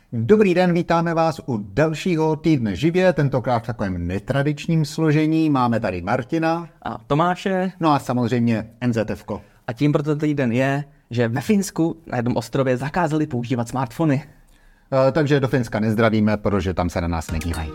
Dobrý den, vítáme vás u dalšího týdne živě, tentokrát v takovém netradičním složení. Máme tady Martina. A Tomáše. No a samozřejmě NZF-ko. A tím pro tento týden je, že ve Finsku na jednom ostrově zakázali používat smartfony. Takže do Finska nezdravíme, protože tam se na nás nedívají.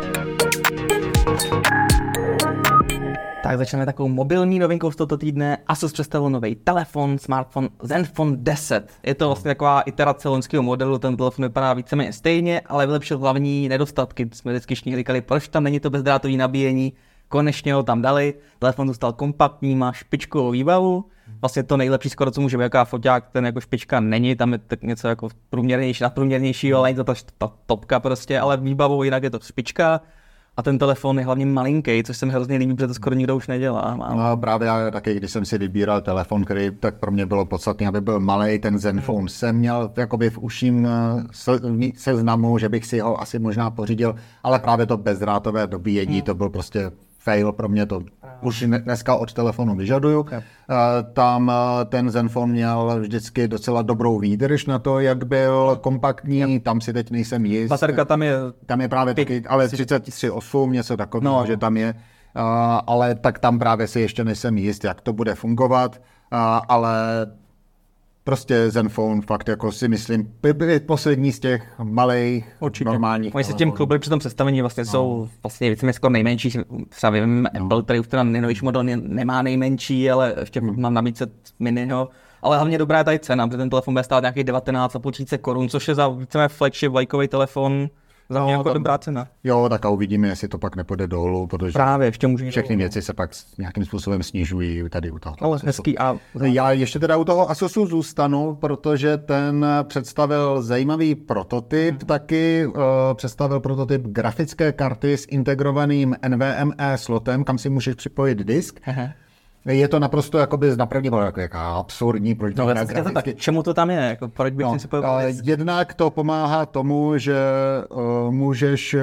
Tak začneme takovou mobilní novinkou z tohoto týdne. Asus představil nový telefon, smartphone Zenfone 10. Je to vlastně taková iterace loňského modelu, ten telefon vypadá víceméně stejně, ale vylepšil hlavní nedostatky. Jsme vždycky všichni říkali, proč tam není to bezdrátové nabíjení. Konečně ho tam dali, telefon zůstal kompaktní, má špičkovou výbavu. Vlastně to nejlepší skoro, co může být, jaká foťák, ten jako špička není, tam je tak něco jako průměrnější, nadprůměrnější, ale není to ta topka prostě, ale výbavou jinak je to špička. A ten telefon je hlavně malinký, což se mi hrozně líbí, protože to skoro nikdo už nedělá. No právě já taky, když jsem si vybíral telefon, který tak pro mě bylo podstatné, aby byl malej, ten Zenfone jsem měl jakoby v uším seznamu, že bych si ho asi možná pořídil, ale právě to bezdrátové dobíjení, to byl prostě fail pro mě, to už dneska od telefonu vyžaduju. Tam ten Zenfone měl vždycky docela dobrou výdrž na to, jak byl kompaktní, tam si teď nejsem jist. Baterka tam je právě taky, ale 33,8, něco takového, že tam je, ale tak tam právě si ještě nejsem jist, jak to bude fungovat, ale prostě Zenfone fakt jako si myslím, byly poslední z těch malých, normálních. Oni se tím chlubili při tom představení, vlastně jsou vlastně víceméně skoro nejmenší, třeba vím, Apple, který už teda nejnovější model nemá nejmenší, ale ještě mám nabídce miniho. Ale hlavně dobrá je tady cena, protože ten telefon bude stát nějakých 19,5 tisíce korun, což je za víceméně flagship vlajkový telefon. Za mě jako dobrá cena. Jo, tak a uvidíme, jestli to pak nepůjde dolů, protože právě ještě může všechny věci se pak nějakým způsobem snižují tady u toho. Ale hezký a já ještě teda u toho Asusu zůstanu, protože ten představil zajímavý prototyp, taky představil prototyp grafické karty s integrovaným NVMe slotem, kam si můžeš připojit disk. Aha. Je to naprosto jakoby na první pohled jako absurdní, proč to graficky. Čemu to tam je? Jako, proč bych si připojil? Jednak to pomáhá tomu, že můžeš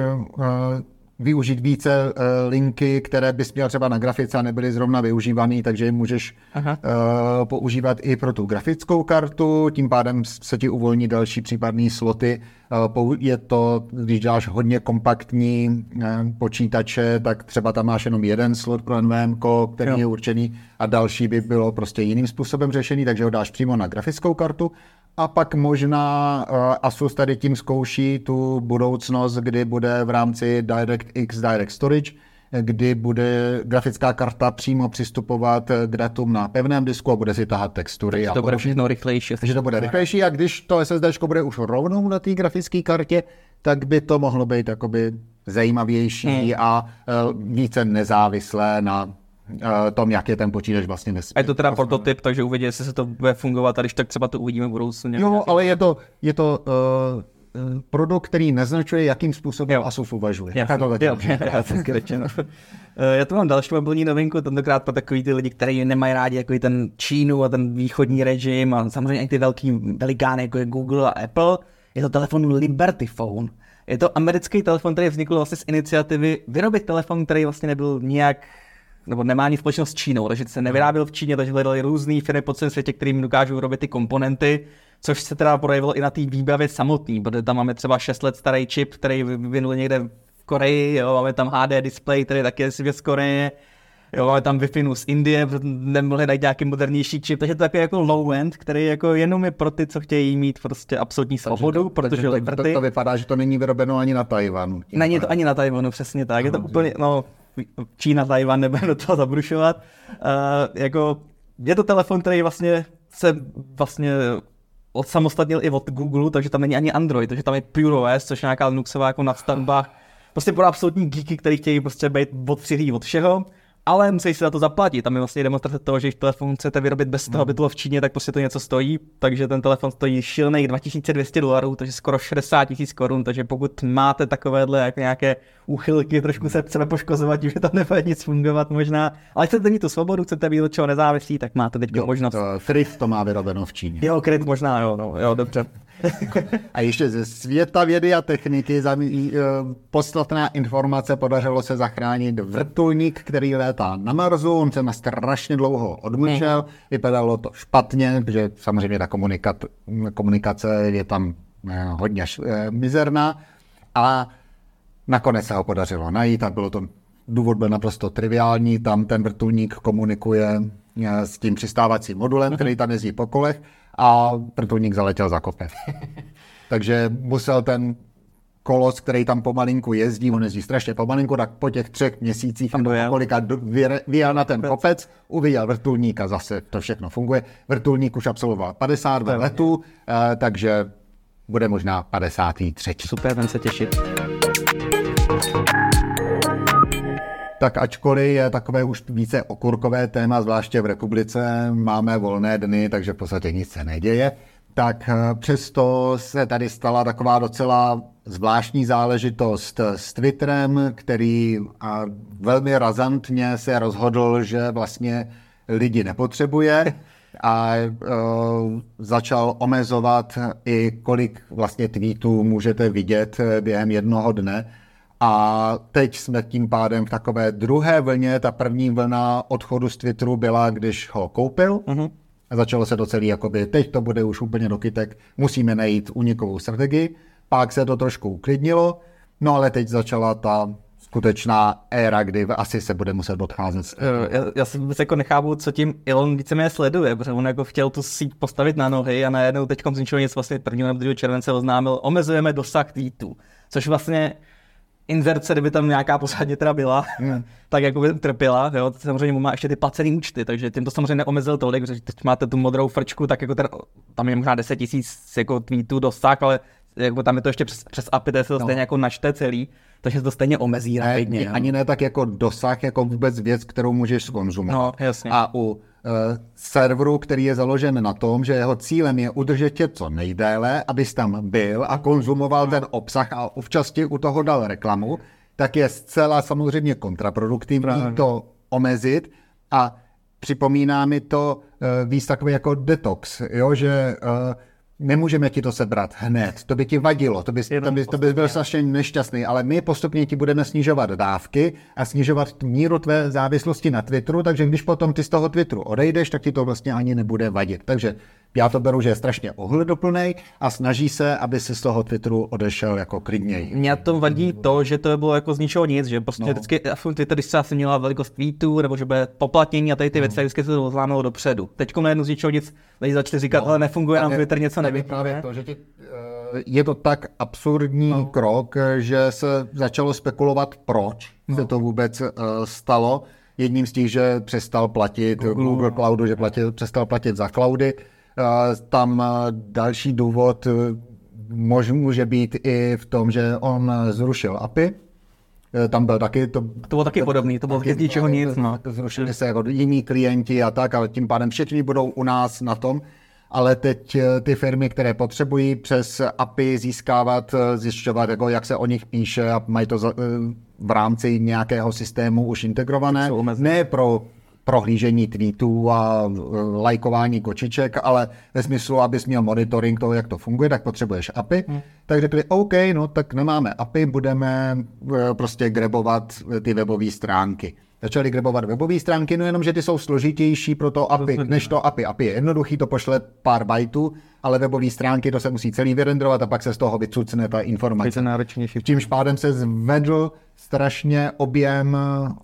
využít více linky, které bys měl třeba na grafice a nebyly zrovna využívaný, takže je můžeš používat i pro tu grafickou kartu, tím pádem se ti uvolní další případné sloty. Je to, když děláš hodně kompaktní počítače, tak třeba tam máš jenom jeden slot pro NVM, který je určený a další by bylo prostě jiným způsobem řešený, takže ho dáš přímo na grafickou kartu. A pak možná Asus tady tím zkouší tu budoucnost, kdy bude v rámci DirectX Direct Storage, kdy bude grafická karta přímo přistupovat k datům na pevném disku a bude si tahat textury. To bude všechno rychlejší. Takže to bude rychlejší a když to SSD bude už rovnou na té grafické kartě, tak by to mohlo být jakoby zajímavější a více nezávislé na tom, jak je ten počítač vlastně nesmí. Je to teda prototyp, takže uvidí, jestli se to bude fungovat, a když tak třeba to uvidíme v budoucnu. Jo, ale je to produkt, který naznačuje, jakým způsobem Asus uvažuje. Já tu mám další mobilní novinku, tentokrát pro takový ty lidi, kteří nemají rádi jako ten Čínu a ten východní režim a samozřejmě i ty velký velikány, jako je Google a Apple. Je to telefon Liberty Phone. Je to americký telefon, který vznikl vlastně z iniciativy vyrobit telefon, který vlastně nebyl nijak nebo nemá nic společného s Čínou, takže se nevyráběl v Číně, takže hledali různý firmy po celém světě, kterým dokážou vyrobit ty komponenty, což se teda projevilo i na té výbavě samotný, protože tam máme třeba 6 let starý čip, který vyvinuli někde v Koreji, jo, máme tam HD display, který taky je z Koreje, jo, máme tam Wi-Fi z Indie, protože nemohli najít nějaký modernější čip, takže to je jako low-end, který jako jenom je pro ty, co chtějí mít prostě absolutní svobodu, protože Liberty. To vypadá, že to není vyrobeno ani na Tajvanu. Není to ani na Tajvanu, přesně tak, je to úplně, Čína, Tajvan, nebudeme do toho zabrušovat. Jako, je to telefon, který vlastně se odsamostatnil i od Google, takže tam není ani Android, takže tam je Pure OS, což je nějaká Linuxová jako nadstavba. Prostě pro absolutní geeky, který chtějí prostě být odstřihlí od všeho, ale musí si za to zaplatit. Tam je vlastně demonstrace toho, že když telefon chcete vyrobit bez toho, aby to bylo v Číně, tak prostě to něco stojí. Takže ten telefon stojí šílených $2200, takže skoro 60 000 korun. Takže pokud máte takovéhle jako nějaké úchylky, trošku se sebe poškozovat, tím, že tam nebude nic fungovat možná, ale chcete mít tu svobodu, chcete být od čeho nezávislí, tak máte teď možnost. Thrift to má vyrobeno v Číně. Jo, Kryt možná, jo, dobře. A ještě ze světa vědy a techniky podstatná informace, podařilo se zachránit vrtulník, který létá na Marsu, on se na strašně dlouho odmlčel, vypadalo to špatně, protože samozřejmě ta komunikace je tam hodně mizerná. A nakonec se ho podařilo najít a důvod byl naprosto triviální, tam ten vrtulník komunikuje s tím přistávacím modulem, který tam jezdí po kolech a vrtulník zaletěl za kopec. Takže musel ten kolos, který tam pomalinku jezdí, on jezdí strašně pomalinku, tak po těch 3 měsících vyjel na ten kopec, uviděl vrtulník a zase to všechno funguje. Vrtulník už absolvoval 52 letů, takže bude možná 53. Super, ven se těšit. Tak ačkoliv je takové už více okurkové téma, zvláště v republice, máme volné dny, takže v podstatě nic se neděje, tak přesto se tady stala taková docela zvláštní záležitost s Twitterem, který velmi razantně se rozhodl, že vlastně lidi nepotřebuje a začal omezovat i kolik vlastně tweetů můžete vidět během jednoho dne. A teď jsme tím pádem v takové druhé vlně. Ta první vlna odchodu z Twitteru byla, když ho koupil. A začalo se to celý, jakoby, teď to bude už úplně do kytek, musíme najít únikovou strategii. Pak se to trošku uklidnilo, no ale teď začala ta skutečná éra, kdy asi se bude muset odcházet. Já se vůbec jako nechápu, co tím Elon víceméně sleduje, protože on jako chtěl tu síť postavit na nohy a najednou teďkom z ničeho nic vlastně 1. nebo 2. července oznámil, omezujeme dosah tweetů, což vlastně inzerce, kdyby tam nějaká posádně teda byla, tak jako by trpěla, jo, samozřejmě má ještě ty placený účty, takže tím to samozřejmě neomezil tolik, protože teď máte tu modrou frčku, tak jako tam je možná 10 000 jako tweetů dosah, ale jako tam je to ještě přes API, to se to stejně jako načte celý, takže se to stejně omezí rapidně. Ani ne tak jako dosah, jako vůbec věc, kterou můžeš zkonzumovat. No, jasně. A u serveru, který je založen na tom, že jeho cílem je udržet tě co nejdéle, abys tam byl a konzumoval ten obsah a občasně u toho dal reklamu, tak je zcela samozřejmě kontraproduktivní to omezit a připomíná mi to víc takový jako detox, jo, že nemůžeme ti to sebrat hned, to by ti vadilo, to bys byl strašně nešťastný, ale my postupně ti budeme snižovat dávky a snižovat míru tvé závislosti na Twitteru, takže když potom ty z toho Twitteru odejdeš, tak ti to vlastně ani nebude vadit. Takže já to beru, že je strašně ohleduplnej a snaží se, aby si z toho Twitteru odešel jako klidněji. Mně to vadí to, že to bylo jako z ničeho nic, že prostě vždycky Twitter, když se asi měla velikost tweetů, nebo že bude poplatnění a tady ty věci, vždycky se to oznámilo dopředu. Teďko najednou z ničeho nic, lidi začali říkat, ale nefunguje nám Twitter, něco neví. Právě to, že je to tak absurdní krok, že se začalo spekulovat, proč se to vůbec stalo. Jedním z těch, že přestal platit Google Cloudu, že přestal platit za cloudy. Tam další důvod může být i v tom, že on zrušil API. Tam byl taky... To bylo taky podobný, to bylo z ničeho nic. No. Zrušili se jako jiní klienti a tak, ale tím pádem všichni budou u nás na tom. Ale teď ty firmy, které potřebují přes API zjišťovat, jako jak se o nich píše a mají to v rámci nějakého systému už integrované, ne pro prohlížení tweetů a lajkování kočiček, ale ve smyslu, abys měl monitoring toho, jak to funguje, tak potřebuješ API. Tak řekli, OK, no tak nemáme API, budeme prostě grebovat ty webové stránky. Začali grebovat webové stránky, no jenom, že ty jsou složitější pro to API, než to API. API je jednoduchý, to pošle pár bajtů, ale webové stránky, to se musí celý vyrendrovat a pak se z toho vycucne ta informace. Čímž pádem se zvedl strašně objem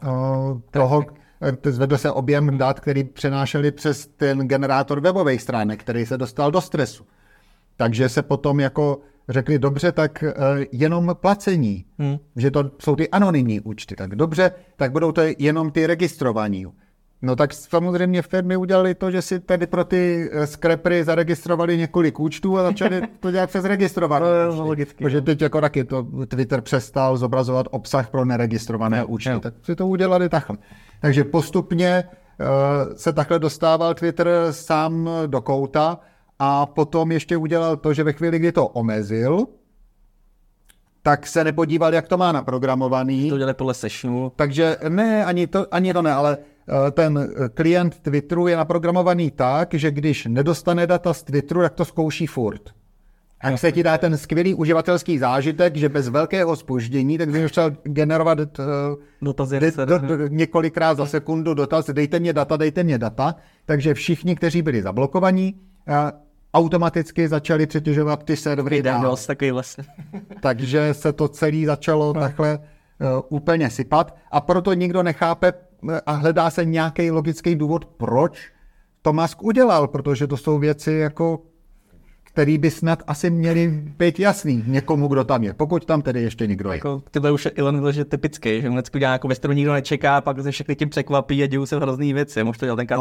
zvedl se objem dat, který přenášeli přes ten generátor webových stránek, který se dostal do stresu. Takže se potom jako řekli, dobře, tak jenom placení, že to jsou ty anonymní účty, tak dobře, tak budou to jenom ty registrovaní. No tak samozřejmě firmy udělali to, že si tady pro ty scrapery zaregistrovali několik účtů a začali to dělat přes registrované účty. Protože teď jako taky to Twitter přestal zobrazovat obsah pro neregistrované účty, tak si to udělali takhle. Takže postupně se takhle dostával Twitter sám do kouta a potom ještě udělal to, že ve chvíli, kdy to omezil, tak se nepodíval, jak to má naprogramovaný. To dělali podle sessionu. Takže ne, ani to ne, ale ten klient Twitteru je naprogramovaný tak, že když nedostane data z Twitteru, tak to zkouší furt. A se ti dá ten skvělý uživatelský zážitek, že bez velkého zpoždění, tak bych chtěl generovat několikrát za sekundu dotaz, dejte mě data. Takže všichni, kteří byli zablokovaní, automaticky začaly přetěžovat ty servery. Takový vlastně. Takže se to celé začalo takhle úplně sypat a proto nikdo nechápe a hledá se nějaký logický důvod, proč to Musk udělal, protože to jsou věci, jako, které by snad asi měly být jasný někomu, kdo tam je, pokud tam tedy ještě někdo je. Jako, tyhle už Elon byl, že typický, že vždycky dělá jako ve kterou nikdo nečeká, pak se všechny tím překvapí a dějou se hrozný věci. Možná to dělal tenkrát. No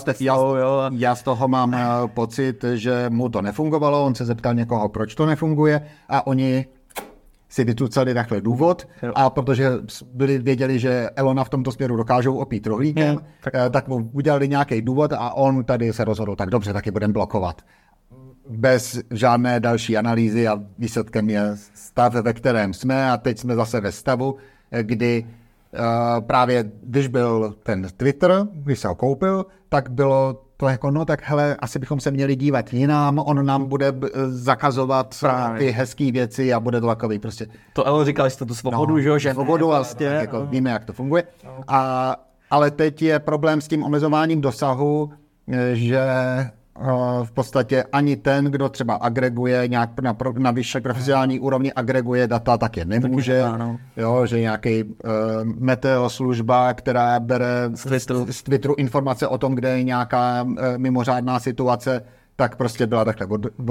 já z toho mám pocit, že mu to nefungovalo, on se zeptal někoho, proč to nefunguje a oni si vytucali takhle důvod a protože věděli, že Elona v tomto směru dokážou opít rohlíkem, tak mu udělali nějaký důvod a on tady se rozhodl, tak dobře, taky budeme blokovat. Bez žádné další analýzy a výsledkem je stav, ve kterém jsme a teď jsme zase ve stavu, kdy právě když byl ten Twitter, když se ho koupil, tak bylo to jako, no tak hele, asi bychom se měli dívat jinam, on nám bude zakazovat ty hezký věci a bude to takový prostě. To Elon říkal, že to tu svobodu, že? Svobodu, vlastně, jako víme, jak to funguje. Ale teď je problém s tím omezováním dosahu, že v podstatě ani ten, kdo třeba agreguje nějak na vyšší profesionální úrovni, agreguje data, tak je nemůže. Jo, že nějaký meteo služba, která bere z Twitteru informace o tom, kde je nějaká mimořádná situace, tak prostě byla takhle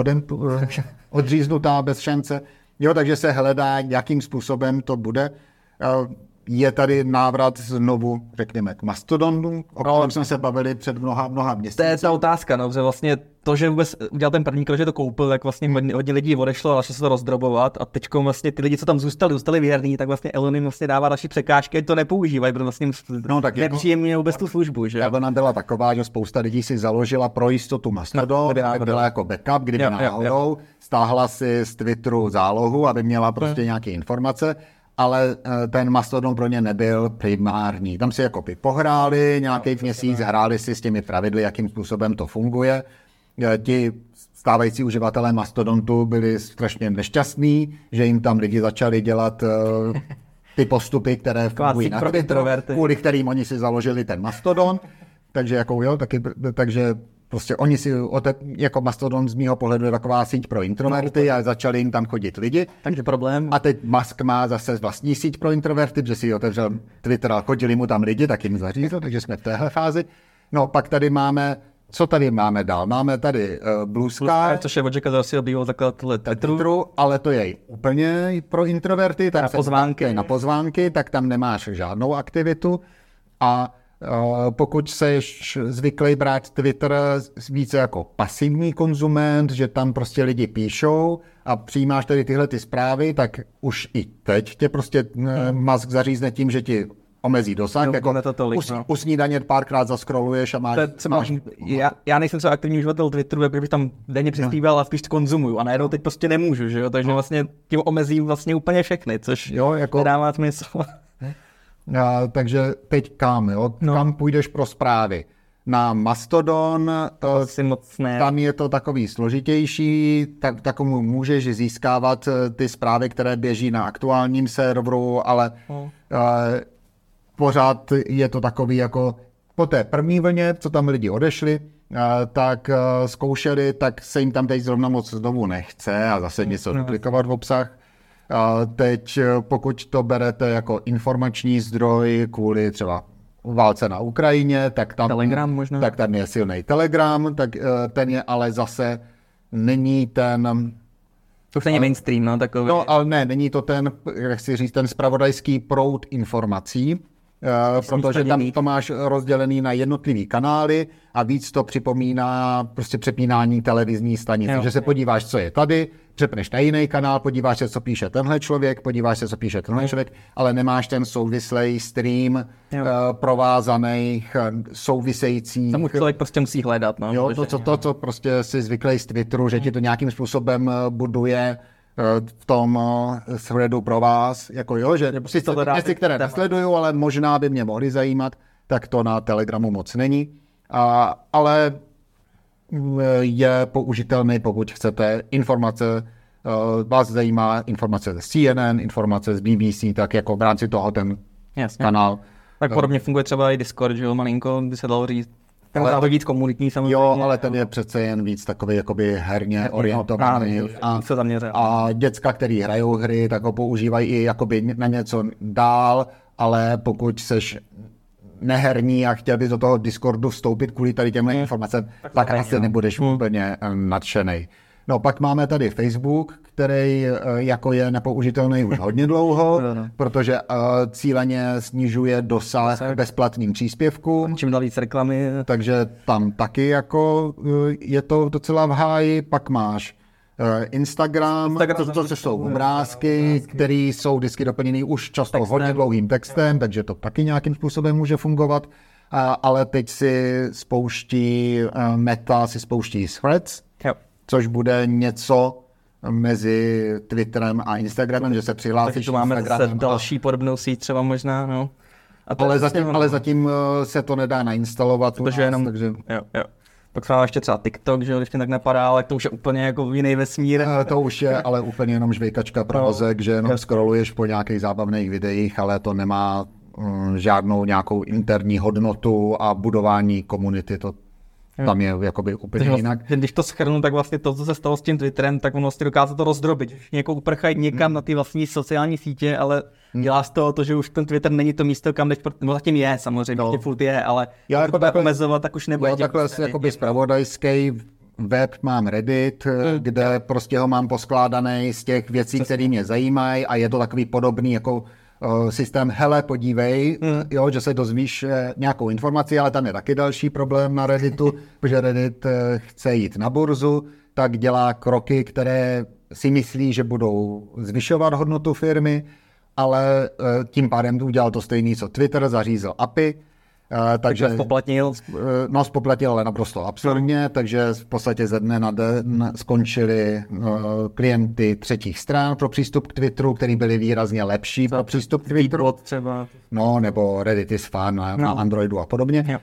odříznutá bez šance. Jo, takže se hledá, jakým způsobem to bude. Je tady návrat znovu, řekněme, k Mastodonu, o kterém jsme se bavili před mnoha měsíci. To je ta otázka, no, že vlastně to, že vůbec udělal ten první krok, že to koupil, tak vlastně hodně lidí odešlo a začalo se to rozdrobovat a teďko vlastně ty lidi, co tam zůstali věrní, tak vlastně Elon jim vlastně dává další překážky, to nepoužívají, protože vlastně nepříjemně vůbec tu službu, že? Ona byla taková, že spousta lidí si založila pro jistotu Mastodon, byla jako backup, kdyby náhodou, stáhla si z Twitteru zálohu, aby měla prostě nějaké informace. Ale ten Mastodon pro ně nebyl primární. Tam si jako pohráli nějaký měsíc, hráli si s těmi pravidly, jakým způsobem to funguje. Ti stávající uživatelé Mastodontu byli strašně nešťastní, že jim tam lidi začali dělat ty postupy, které fungují na Twitteru, kvůli kterým oni si založili ten Mastodon. Takže jako takže prostě oni si, jako Mastodon z mýho pohledu je taková síť pro introverty a začali jim tam chodit lidi. Takže problém. A teď Musk má zase vlastní síť pro introverty, protože si otevřel Twitter a chodili mu tam lidi, tak jim zařízl, takže jsme v téhle fázi. No pak tady máme, co tady máme dál? Máme tady Blue Sky, což je odžeka zase obýval takhle Twitteru, ale to je úplně pro introverty, tak na pozvánky, tak tam nemáš žádnou aktivitu a pokud seš zvyklý brát Twitter více jako pasivní konzument, že tam prostě lidi píšou a přijímáš tady tyhle ty zprávy, tak už i teď tě prostě Musk zařízne tím, že ti omezí dosah. Jako u snídaně párkrát zaskroluješ a máš... Já nejsem so aktivní uživatel Twitteru, jako bych tam denně přispíval a spíš to konzumuju a najednou teď prostě nemůžu, že jo? Takže vlastně tím omezím vlastně úplně všechny, což nedává smysl. Takže teď kam, jo? Kam půjdeš pro zprávy? Na Mastodon, tam je to takový složitější, tak můžeš získávat ty zprávy, které běží na aktuálním serveru, ale pořád je to takový jako po té první vlně, co tam lidi odešli, tak zkoušeli, tak se jim tam teď zrovna moc znovu nechce a zase něco duplikovat v obsah. Teď pokud to berete jako informační zdroj kvůli třeba válce na Ukrajině, tak tam je silný Telegram, tak ten je ale zase není ten... To už není mainstream, no takový. No, ale ne, není to ten, jak si říct, ten zpravodajský proud informací, protože tam to máš rozdělený na jednotlivý kanály a víc to připomíná prostě přepínání televizní stanice, že se podíváš, co je tady, přepneš na jiný kanál, podíváš se, co píše tenhle člověk, podíváš se, co píše tenhle člověk, ale nemáš ten souvislej stream provázaných, souvisejících. Tam už člověk prostě musí hledat. No, jo, to, co prostě si zvyklý z Twitteru, že ti to nějakým způsobem buduje v tom threadu pro vás, jako jo, že sice věci, které nesleduju, ale možná by mě mohly zajímat, tak to na Telegramu moc není. Ale je použitelný, pokud chcete informace, vás zajímá informace ze CNN, informace z BBC, tak jako v rámci toho ten kanál. Tak podobně funguje třeba i Discord, že jo, malinko, by se dalo říct. Ale víc komunitní samozřejmě. Jo, ale ten je přece jen víc takový jakoby herně orientovaný. A děcka, který hrajou hry, tak ho používají i jakoby na něco dál, ale pokud seš neherní a chtěl bys do toho Discordu vstoupit kvůli tady těmhle informacem, tak asi nebudeš úplně nadšenej. No, pak máme tady Facebook, který jako je nepoužitelný už hodně dlouho, protože cíleně snižuje dosah bezplatným příspěvkům. Čím dál víc reklamy. Takže tam taky jako je to docela v háji. Pak máš Instagram, to jsou obrázky, které jsou vždycky doplněny už často hodně dlouhým textem, takže to taky nějakým způsobem může fungovat. Ale teď si spouští Meta, spouští Threads, což bude něco mezi Twitterem a Instagramem, že se přihlásíš. Takže máme zase další podobnou síť třeba možná, no. Ale zatím se to nedá nainstalovat. Protože jenom, takže... Jo. Pak máme ještě třeba TikTok, že když mě tak napadá, ale to už je úplně jako jiný vesmír. To už je ale úplně jenom žvejkačka pro mozek, že jenom scrolluješ po nějakých zábavných videích, ale to nemá žádnou nějakou interní hodnotu a budování komunity. To tam je jakoby úplně jinak. Když to shrnu, tak vlastně to, co se stalo s tím Twitterem, tak on vlastně dokáže to rozdrobit. Někoho uprchají někam na ty vlastní sociální sítě, ale dělá z toho to, že už ten Twitter není to místo, kam jdeš, no zatím je samozřejmě, furt je, ale jako takhle omezovat, tak už nebude. Takhle jakoby zpravodajský web mám Reddit, kde prostě ho mám poskládaný z těch věcí, které mě zajímají, a je to takový podobný jako systém, hele, podívej, jo, že se dozvíš nějakou informaci, ale tam je taky další problém na Redditu, protože Reddit chce jít na burzu, tak dělá kroky, které si myslí, že budou zvyšovat hodnotu firmy, ale tím pádem udělal to stejný, co Twitter, zařízil API, takže spoplatnil, ale naprosto absurdně, takže v podstatě ze dne na den skončili klienty třetích stran pro přístup k Twitteru, který byli výrazně lepší pro přístup k Twitteru. Třeba. No, nebo Reddit is fun na Androidu a podobně.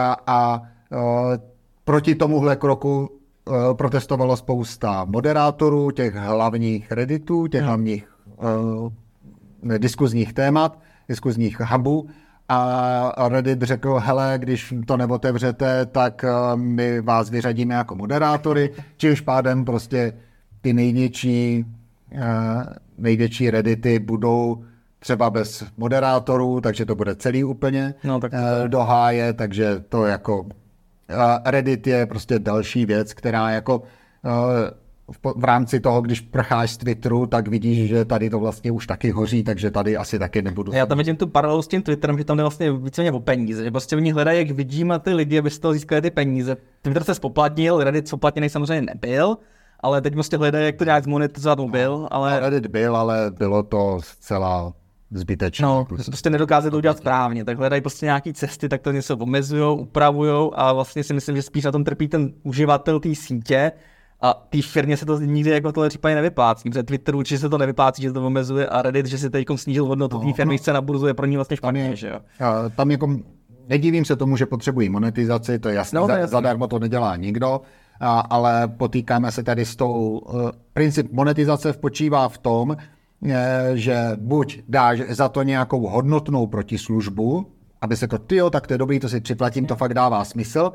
Proti tomuhle kroku protestovalo spousta moderátorů těch hlavních Redditů, těch hlavních diskuzních témat, diskuzních hubů. A Reddit řekl, hele, když to neotevřete, tak my vás vyřadíme jako moderátory, čímž pádem prostě ty největší Reddity budou třeba bez moderátorů, takže to bude celý úplně do háje, takže to jako Reddit je prostě další věc, která jako v rámci toho, když prcháš z Twitteru, tak vidíš, že tady to vlastně už taky hoří, takže tady asi taky nebudu. Já tam vidím tu paralelu s tím Twitterem, že tam jde vlastně víceméně o peníze, že prostě oni hledají, jak vidíme ty lidi, aby z toho získali ty peníze. Twitter se spoplatnil, Reddit spoplatněný samozřejmě nebyl, ale teď prostě hledají, jak to nějak zmonetizovat mobil, ale... Reddit byl, ale bylo to zcela zbytečné. No, prostě nedokázali to udělat správně, tak hledají prostě nějaký cesty, tak to něco omezujou, upravujou a vlastně si myslím, že spíš na tom trpí ten uživatel té sítě. A té firmě se to nikdy jako tohle případně nevyplácí, protože Twitter určitě se to nevyplácí, že to omezuje, a Reddit, že si teďkom snížil hodnotu té firmy, chce na burzu, je pro ní vlastně špatně, že jo. Tam jako nedivím se tomu, že potřebují monetizaci, to je jasné, zadarmo to nedělá nikdo, ale potýkáme se tady s tou, princip monetizace spočívá v tom, že buď dáš za to nějakou hodnotnou protislužbu, aby se to, tyjo, tak to je dobrý, to si připlatím, to fakt dává smysl,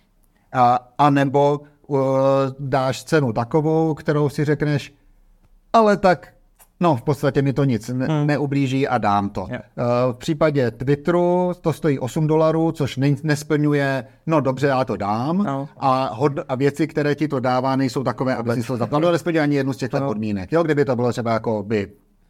a nebo dáš cenu takovou, kterou si řekneš, ale tak, no v podstatě mi to nic neublíží a dám to. V případě Twitteru to stojí $8, což nesplňuje, no dobře, já to dám, a věci, které ti to dává, nejsou takové, aby si to zaplatil, nesplňuje ani jednu z těchto podmínek. Jo, kdyby to bylo třeba jako by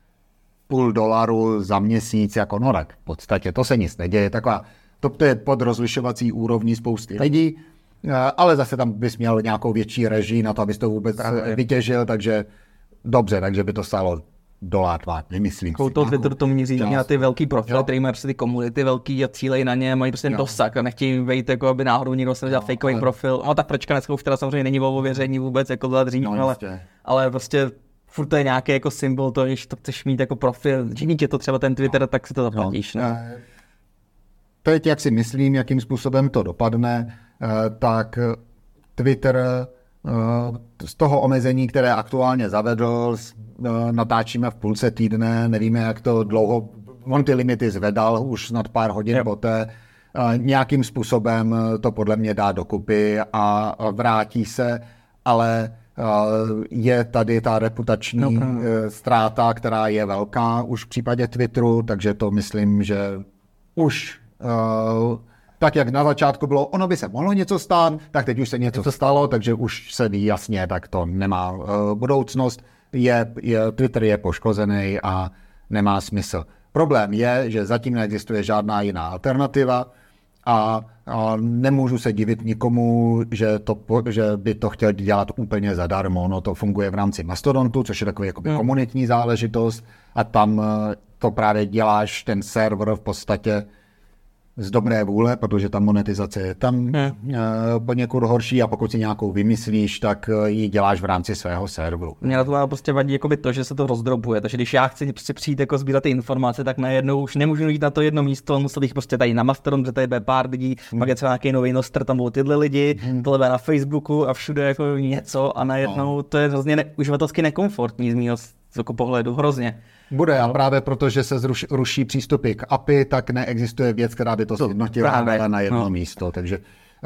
$0,5 za měsíc, jako no tak v podstatě to se nic neděje, taková, to je pod rozlišovací úrovní spousty lidí, ale zase tam bys měl nějakou větší režii na to, abys to vůbec vytěžil, takže dobře, takže by to stálo $2, vymyslím si. To Twitter to míří na ty velký profily, který mají prostě ty komunity velký a cílejí na ně, mají prostě dosah a nechtějí vejít, jako aby náhodou někdo se dělal fakeový profil. No ta pročka dneska už teda samozřejmě není o ověření vůbec, jako byla dřív, ale prostě furt to je nějaký jako symbol toho, když to chceš mít jako profil, živí tě to třeba ten Twitter, tak si to zaplatíš. Teď, jak si myslím, jakým způsobem to dopadne, tak Twitter z toho omezení, které aktuálně zavedl, natáčíme v půlce týdne, nevíme, jak to dlouho, on ty limity zvedal už snad pár hodin poté, nějakým způsobem to podle mě dá dokupy a vrátí se, ale je tady ta reputační ztráta, která je velká už v případě Twitteru, takže to myslím, že už tak, jak na začátku bylo, ono by se mohlo něco stát, tak teď už se něco stalo, takže už se ví jasně, tak to nemá budoucnost. Twitter je poškozený a nemá smysl. Problém je, že zatím neexistuje žádná jiná alternativa a nemůžu se divit nikomu, že by to chtěl dělat úplně zadarmo. No to funguje v rámci Mastodontu, což je takový jakoby komunitní záležitost a tam to právě děláš ten server v podstatě z dobré vůle, protože ta monetizace je tam poněkud horší a pokud si nějakou vymyslíš, tak ji děláš v rámci svého serveru. Mě na to prostě vadí jakoby to, že se to rozdrobuje, takže když já chci prostě přijít jako sbírat ty informace, tak najednou už nemůžu jít na to jedno místo, musel jich prostě tady na Mastodon, protože tady bude pár lidí, pak je třeba nějaký nový Nostr, tam budou tyhle lidi, tohle na Facebooku a všude jako něco a najednou to je hrozně uživatelsky nekomfortní z mýho jako pohledu, hrozně. Bude, a právě protože se ruší přístupy k API, tak neexistuje věc, která by to sjednotila na jedno místo, takže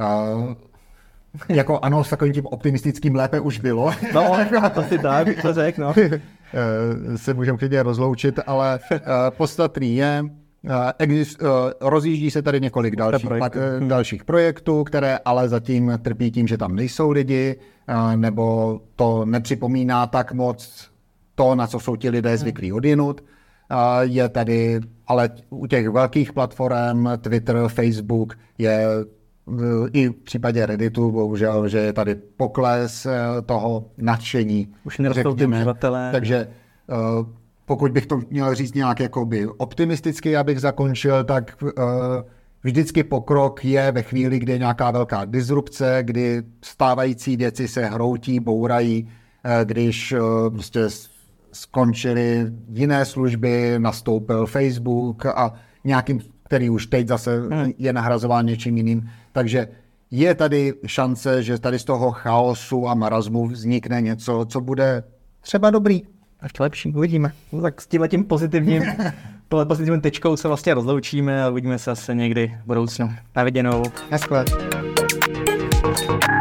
jako ano, s takovým tím optimistickým lépe už bylo. No, to si tak, to řek, no. Se můžeme klidně rozloučit, ale podstatný je, rozjíždí se tady několik dalších projektů, které ale zatím trpí tím, že tam nejsou lidi, nebo to nepřipomíná tak moc to, na co jsou ti lidé zvyklí odjinut. Je tady, ale u těch velkých platform, Twitter, Facebook, je i v případě Redditu, bohužel, že je tady pokles toho nadšení. Už nerostou ty uživatelé. Takže pokud bych to měl říct nějak jakoby optimisticky, abych zakončil, tak vždycky pokrok je ve chvíli, kdy je nějaká velká disrupce, kdy stávající věci se hroutí, bourají, když prostě skončily jiné služby, nastoupil Facebook a nějakým, který už teď zase je nahrazován něčím jiným. Takže je tady šance, že tady z toho chaosu a marazmu vznikne něco, co bude třeba dobrý. Ještě lepší, uvidíme. No, tak s tímhletím pozitivním tečkou se vlastně rozloučíme a uvidíme se zase někdy v budoucnu. Na viděnou. Naschle.